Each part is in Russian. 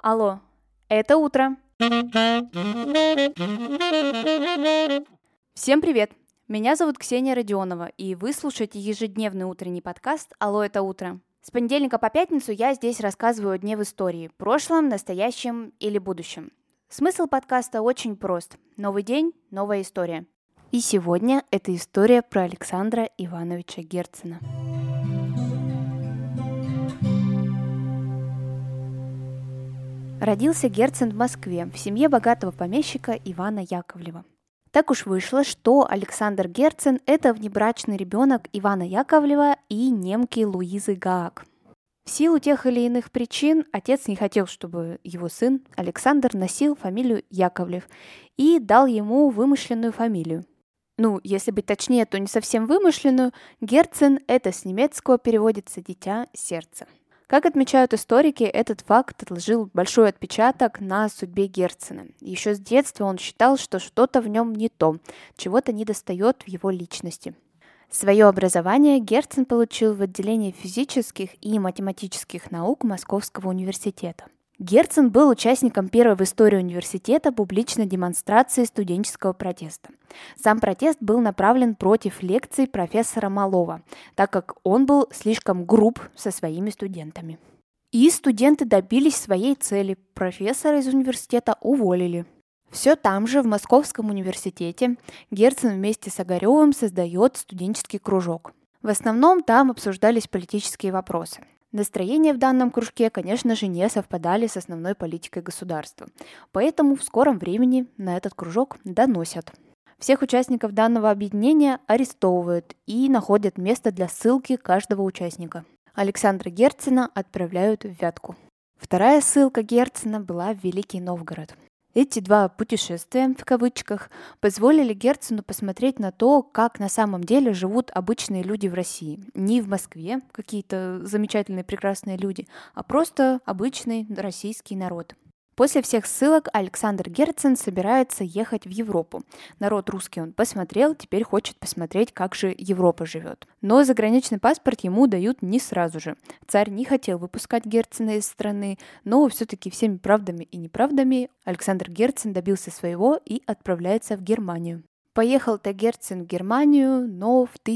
Алло, это утро. Всем привет! Меня зовут Ксения Родионова, и вы слушаете ежедневный утренний подкаст «Алло, это утро». С понедельника по пятницу я здесь рассказываю о дне в истории, прошлом, настоящем или будущем. Смысл подкаста очень прост. Новый день, новая история. И сегодня это история про Александра Ивановича Герцена. Родился Герцен в Москве в семье богатого помещика Ивана Яковлева. Так уж вышло, что Александр Герцен – это внебрачный ребенок Ивана Яковлева и немки Луизы Гаак. В силу тех или иных причин отец не хотел, чтобы его сын Александр носил фамилию Яковлев и дал ему вымышленную фамилию. Если быть точнее, то не совсем вымышленную. Герцен – это с немецкого переводится «дитя сердца». Как отмечают историки, этот факт отложил большой отпечаток на судьбе Герцена. Еще с детства он считал, что что-то в нем не то, чего-то недостает в его личности. Свое образование Герцен получил в отделении физических и математических наук Московского университета. Герцен был участником первой в истории университета публичной демонстрации студенческого протеста. Сам протест был направлен против лекций профессора Малова, так как он был слишком груб со своими студентами. И студенты добились своей цели. Профессора из университета уволили. Все там же, в Московском университете, Герцен вместе с Огаревым создает студенческий кружок. В основном там обсуждались политические вопросы. Настроения в данном кружке, конечно же, не совпадали с основной политикой государства, поэтому в скором времени на этот кружок доносят. Всех участников данного объединения арестовывают и находят место для ссылки каждого участника. Александра Герцена отправляют в Вятку. Вторая ссылка Герцена была в Великий Новгород. Эти два «путешествия» в кавычках позволили Герцену посмотреть на то, как на самом деле живут обычные люди в России. Не в Москве какие-то замечательные прекрасные люди, а просто обычный российский народ. После всех ссылок Александр Герцен собирается ехать в Европу. Народ русский он посмотрел, теперь хочет посмотреть, как же Европа живет. Но заграничный паспорт ему дают не сразу же. Царь не хотел выпускать Герцена из страны, но все-таки всеми правдами и неправдами Александр Герцен добился своего и отправляется в Германию. Поехал-то Герцен в Германию, но в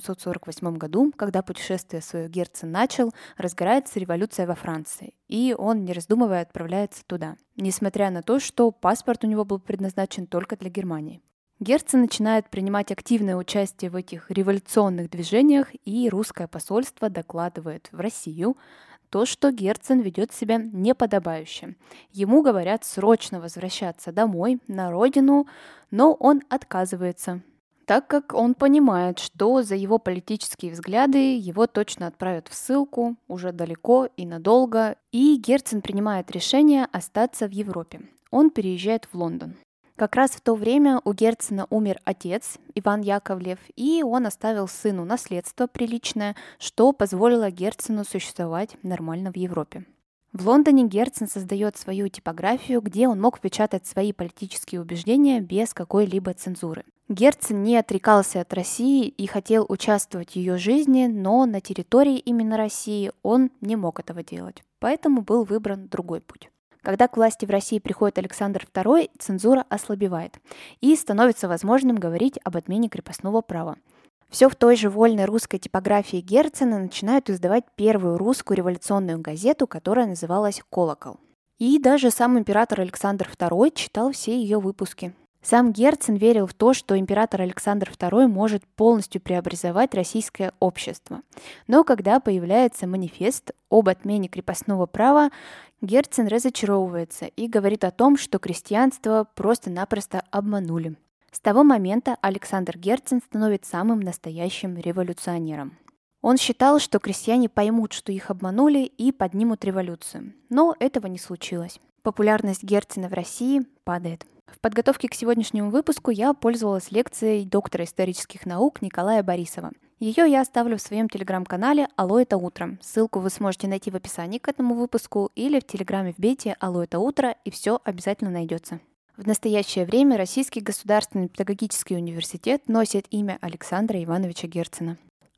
1848 году, когда путешествие свое Герцен начал, разгорается революция во Франции, и он, не раздумывая, отправляется туда, несмотря на то, что паспорт у него был предназначен только для Германии. Герцен начинает принимать активное участие в этих революционных движениях, и русское посольство докладывает в Россию то, что Герцен ведет себя неподобающе. Ему говорят срочно возвращаться домой, на родину, но он отказывается, так как он понимает, что за его политические взгляды его точно отправят в ссылку уже далеко и надолго, и Герцен принимает решение остаться в Европе. Он переезжает в Лондон. Как раз в то время у Герцена умер отец, Иван Яковлев, и он оставил сыну наследство приличное, что позволило Герцену существовать нормально в Европе. В Лондоне Герцен создает свою типографию, где он мог печатать свои политические убеждения без какой-либо цензуры. Герцен не отрекался от России и хотел участвовать в ее жизни, но на территории именно России он не мог этого делать, поэтому был выбран другой путь. Когда к власти в России приходит Александр II, цензура ослабевает, и становится возможным говорить об отмене крепостного права. Все в той же вольной русской типографии Герцена начинают издавать первую русскую революционную газету, которая называлась «Колокол». И даже сам император Александр II читал все ее выпуски. Сам Герцен верил в то, что император Александр II может полностью преобразовать российское общество. Но когда появляется манифест об отмене крепостного права, Герцен разочаровывается и говорит о том, что крестьянство просто-напросто обманули. С того момента Александр Герцен становится самым настоящим революционером. Он считал, что крестьяне поймут, что их обманули, и поднимут революцию. Но этого не случилось. Популярность Герцена в России падает. В подготовке к сегодняшнему выпуску я пользовалась лекцией доктора исторических наук Николая Борисова. Ее я оставлю в своем телеграм-канале «Алло, это утро». Ссылку вы сможете найти в описании к этому выпуску или в телеграме вбейте «Алло, это утро» и все обязательно найдется. В настоящее время Российский государственный педагогический университет носит имя Александра Ивановича Герцена.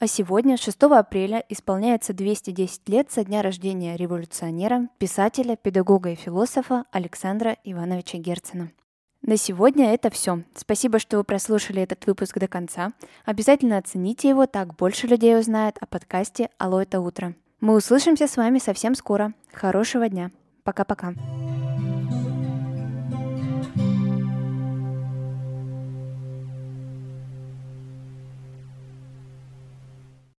А сегодня, 6 апреля, исполняется 210 лет со дня рождения революционера, писателя, педагога и философа Александра Ивановича Герцена. На сегодня это все. Спасибо, что вы прослушали этот выпуск до конца. Обязательно оцените его, так больше людей узнает о подкасте «Алло, это утро». Мы услышимся с вами совсем скоро. Хорошего дня. Пока-пока.